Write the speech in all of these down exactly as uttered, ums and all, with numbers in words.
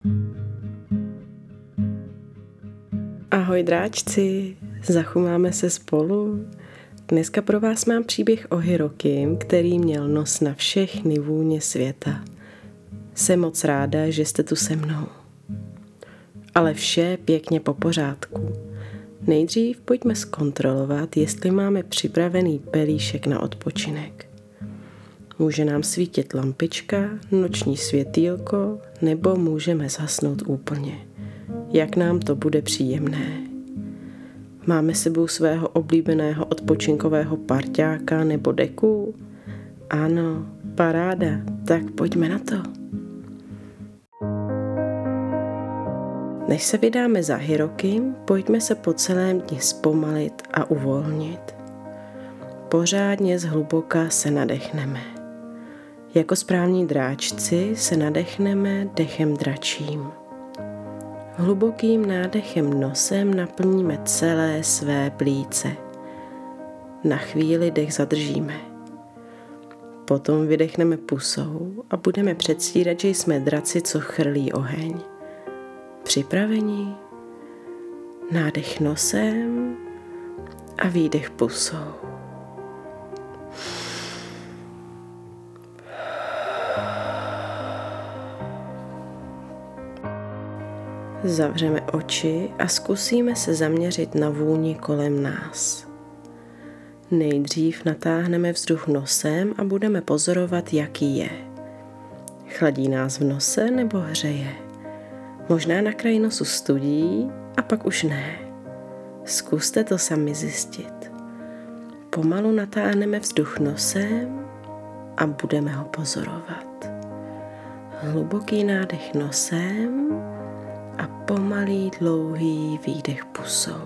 Ahoj dráčci, zachumáme se spolu. Dneska pro vás mám příběh o Hirokim, který měl nos na všechny vůně světa. Jsem moc ráda, že jste tu se mnou. Ale vše pěkně po pořádku. Nejdřív pojďme zkontrolovat, jestli máme připravený pelíšek na odpočinek. Může nám svítit lampička, noční světýlko, nebo můžeme zhasnout úplně. Jak nám to bude příjemné. Máme sebou svého oblíbeného odpočinkového parťáka nebo deku? Ano, paráda, tak pojďme na to. Než se vydáme za Hirokim, pojďme se po celém dni zpomalit a uvolnit. Pořádně zhluboka se nadechneme. Jako správní dráčci se nadechneme dechem dračím. Hlubokým nádechem nosem naplníme celé své plíce. Na chvíli dech zadržíme. Potom vydechneme pusou a budeme předstírat, že jsme draci, co chrlí oheň. Připraveni? Nádech nosem a výdech pusou. Zavřeme oči a zkusíme se zaměřit na vůni kolem nás. Nejdřív natáhneme vzduch nosem a budeme pozorovat, jaký je. Chladí nás v nose nebo hřeje? Možná na kraji nosu studí a pak už ne. Zkuste to sami zjistit. Pomalu natáhneme vzduch nosem a budeme ho pozorovat. Hluboký nádech nosem a pomalý dlouhý výdech pusou.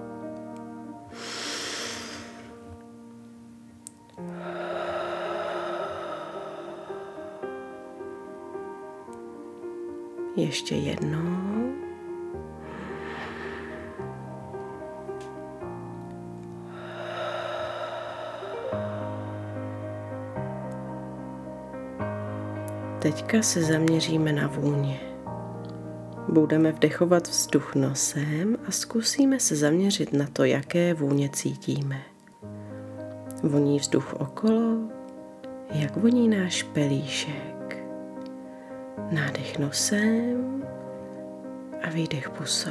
Ještě jednou. Teďka se zaměříme na vůně. Budeme vdechovat vzduch nosem a zkusíme se zaměřit na to, jaké vůně cítíme. Voní vzduch okolo, jak voní náš pelíšek. Nádech nosem a výdech pusou.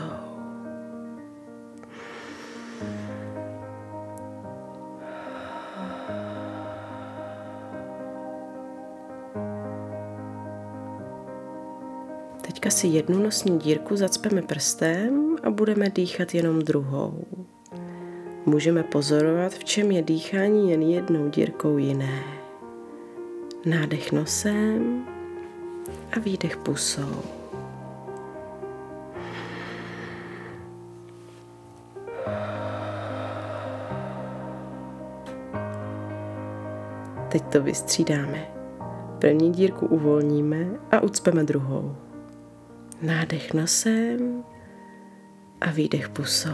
Teďka si jednu nosní dírku zacpeme prstem a budeme dýchat jenom druhou. Můžeme pozorovat, v čem je dýchání jen jednou dírkou jiné. Nádech nosem a výdech pusou. Teď to vystřídáme. První dírku uvolníme a ucpeme druhou. Nádech nosem a výdech pusou.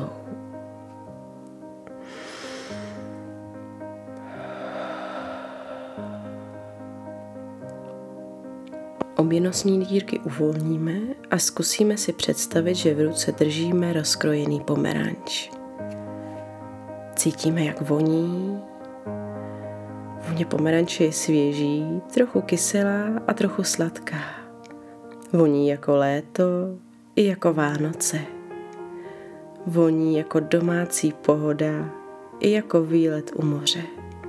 Obě nosní dírky uvolníme a zkusíme si představit, že v ruce držíme rozkrojený pomeranč. Cítíme, jak voní. Vůně pomeranče je svěží, trochu kyselá a trochu sladká. Voní jako léto i jako Vánoce. Voní jako domácí pohoda i jako výlet u moře.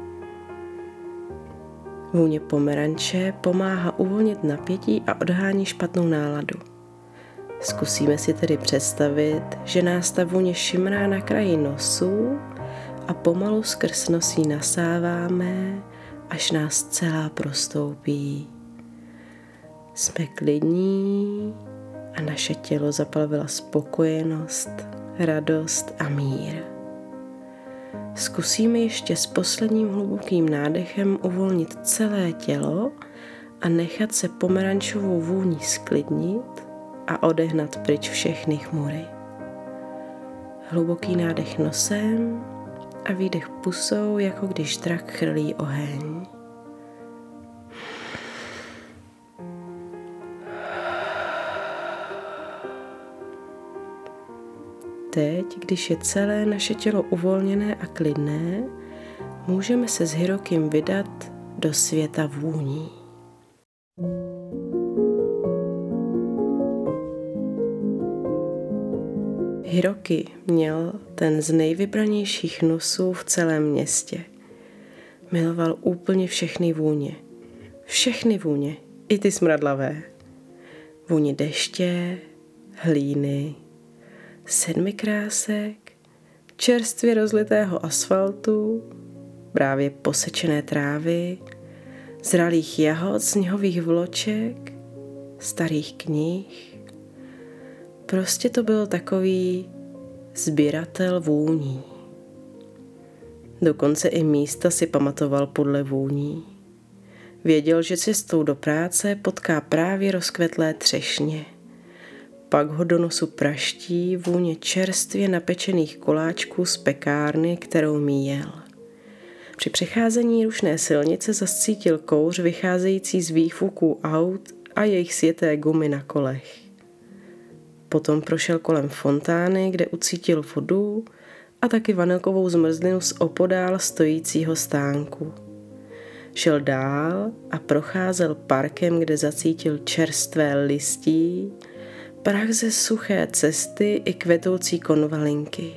Vůně pomeranče pomáhá uvolnit napětí a odhání špatnou náladu. Zkusíme si tedy představit, že nás ta vůně šimrá na kraji nosu a pomalu skrz nosí nasáváme, až nás celá prostoupí. Jsme klidní a naše tělo zaplavila spokojenost, radost a mír. Zkusíme ještě s posledním hlubokým nádechem uvolnit celé tělo a nechat se pomerančovou vůní sklidnit a odehnat pryč všechny chmury. Hluboký nádech nosem a výdech pusou, jako když drak chrlí oheň. teď, když je celé naše tělo uvolněné a klidné, můžeme se s Hirokim vydat do světa vůní. Hiroki měl ten z nejvybranějších nosů v celém městě. Miloval úplně všechny vůně. Všechny vůně, i ty smradlavé. Vůni deště, hlíny, sedmikrásek, čerstvě rozlitého asfaltu, právě posečené trávy, zralých jahod, sněhových vloček, starých knih. Prostě to byl takový sběratel vůní. Dokonce i místa si pamatoval podle vůní. Věděl, že cestou do práce potká právě rozkvetlé třešně. Pak ho do nosu praští vůně čerstvě napečených koláčků z pekárny, kterou míjel. Při přecházení rušné silnice zascítil kouř vycházející z výfuků aut a jejich sjeté gumy na kolech. Potom prošel kolem fontány, kde ucítil vodu a taky vanilkovou zmrzlinu z opodál stojícího stánku. Šel dál a procházel parkem, kde zacítil čerstvé listí, prach ze suché cesty i kvetoucí konvalinky.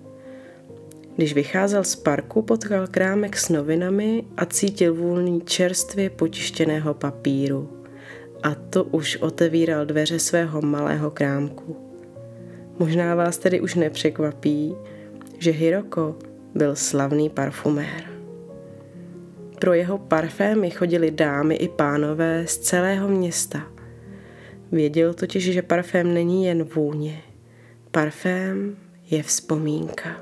Když vycházel z parku, potkal krámek s novinami a cítil vůni čerstvě potištěného papíru. A to už otevíral dveře svého malého krámku. Možná vás tedy už nepřekvapí, že Hiroko byl slavný parfumér. Pro jeho parfémy chodili dámy i pánové z celého města. Věděl totiž, že parfém není jen vůně. Parfém je vzpomínka.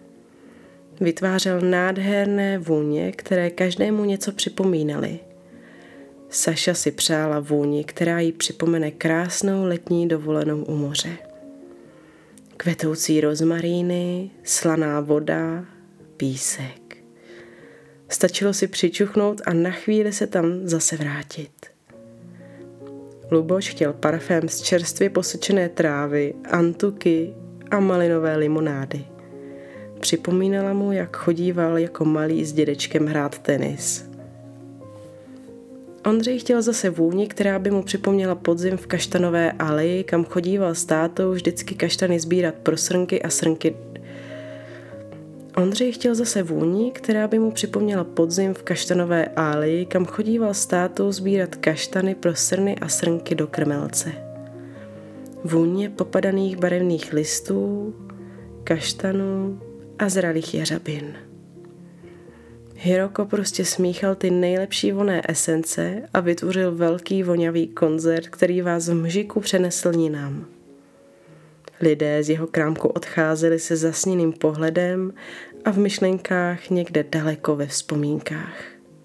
Vytvářel nádherné vůně, které každému něco připomínaly. Saša si přála vůni, která jí připomene krásnou letní dovolenou u moře. Kvetoucí rozmaríny, slaná voda, písek. Stačilo si přičuchnout a na chvíli se tam zase vrátit. Luboš chtěl parfém z čerstvě posečené trávy, antuky a malinové limonády. Připomínala mu, jak chodíval jako malý s dědečkem hrát tenis. Ondřej chtěl zase vůni, která by mu připomněla podzim v kaštanové aleji, kam chodíval s tátou vždycky kaštany sbírat pro srnky a srnky. Ondřej chtěl zase vůni, která by mu připomněla podzim v kaštanové aleji, kam chodíval s tátou sbírat kaštany pro srny a srnky do krmelce. Vůně popadaných barevných listů, kaštanů a zralých jeřabin. Hiroko prostě smíchal ty nejlepší vonné esence a vytvořil velký voňavý koncert, který vás v mžiku přenesl jinam. Lidé z jeho krámku odcházeli se zasněným pohledem a v myšlenkách někde daleko ve vzpomínkách.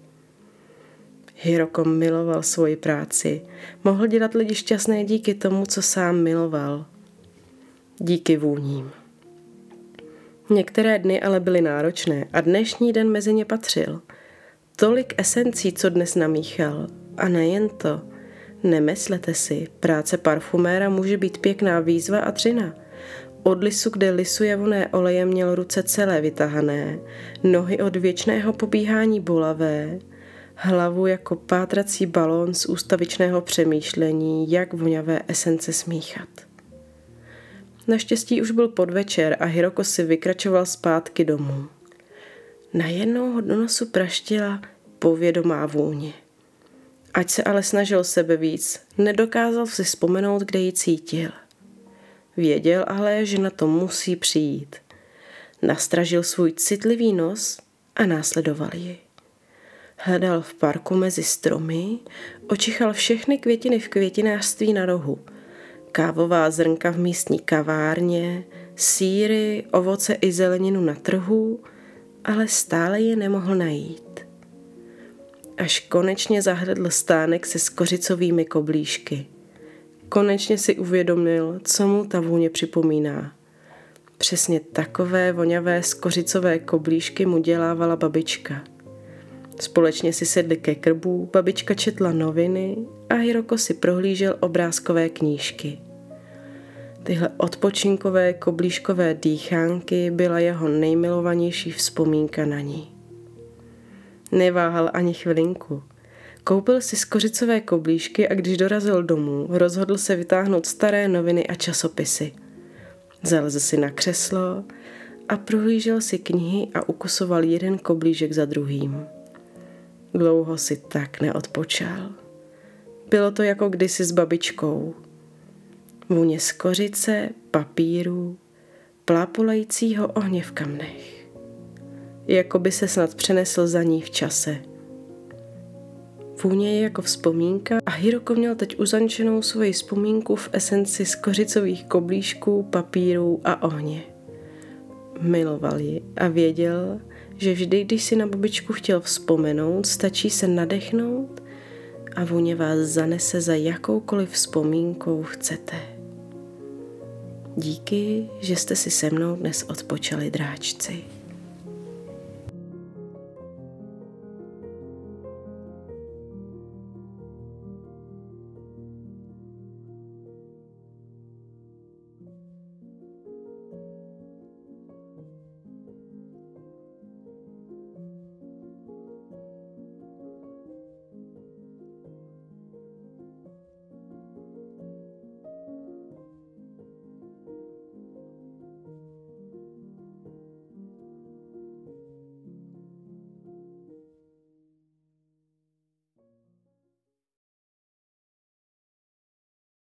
Hiroko miloval svoji práci. Mohl dělat lidi šťastné díky tomu, co sám miloval. Díky vůním. Některé dny ale byly náročné a dnešní den mezi ně patřil. Tolik esencí, co dnes namíchal. A nejen to. Nemyslete si, práce parfuméra může být pěkná výzva a dřina. Od lisu, kde lisuje vonné oleje, měl ruce celé vytahané, nohy od věčného pobíhání bolavé, hlavu jako pátrací balón z ústavičného přemýšlení, jak voňavé esence smíchat. Naštěstí už byl podvečer a Hiroko si vykračoval zpátky domů. Najednou ho do nosu praštila povědomá vůně. Ať se ale snažil sebe víc, nedokázal si vzpomenout, kde ji cítil. Věděl ale, že na to musí přijít. Nastražil svůj citlivý nos a následoval ji. Hledal v parku mezi stromy, očichal všechny květiny v květinářství na rohu. Kávová zrnka v místní kavárně, sýry, ovoce i zeleninu na trhu, ale stále je nemohl najít. Až konečně zahledl stánek se skořicovými koblížky. Konečně si uvědomil, co mu ta vůně připomíná. Přesně takové voňavé skořicové koblížky mu dělávala babička. Společně si sedli ke krbu, babička četla noviny a Hiroko si prohlížel obrázkové knížky. Tyhle odpočinkové koblížkové dýchánky byla jeho nejmilovanější vzpomínka na ní. Neváhal ani chvilinku. Koupil si skořicové koblížky a když dorazil domů, rozhodl se vytáhnout staré noviny a časopisy. Zalezl si na křeslo a prohlížel si knihy a ukusoval jeden koblížek za druhým. Dlouho si tak neodpočal. Bylo to jako kdysi s babičkou. Vůně skořice, papíru, plápolajícího ohně v kamnech. Jako by se snad přenesl za ní v čase. Vůně je jako vzpomínka a Hiroko měl teď uzančenou svoji vzpomínku v esenci skořicových koblížků, papírů a ohně. Miloval ji a věděl, že vždy, když si na babičku chtěl vzpomenout, stačí se nadechnout a vůně vás zanese za jakoukoliv vzpomínkou chcete. Díky, že jste si se mnou dnes odpočali, dráčci.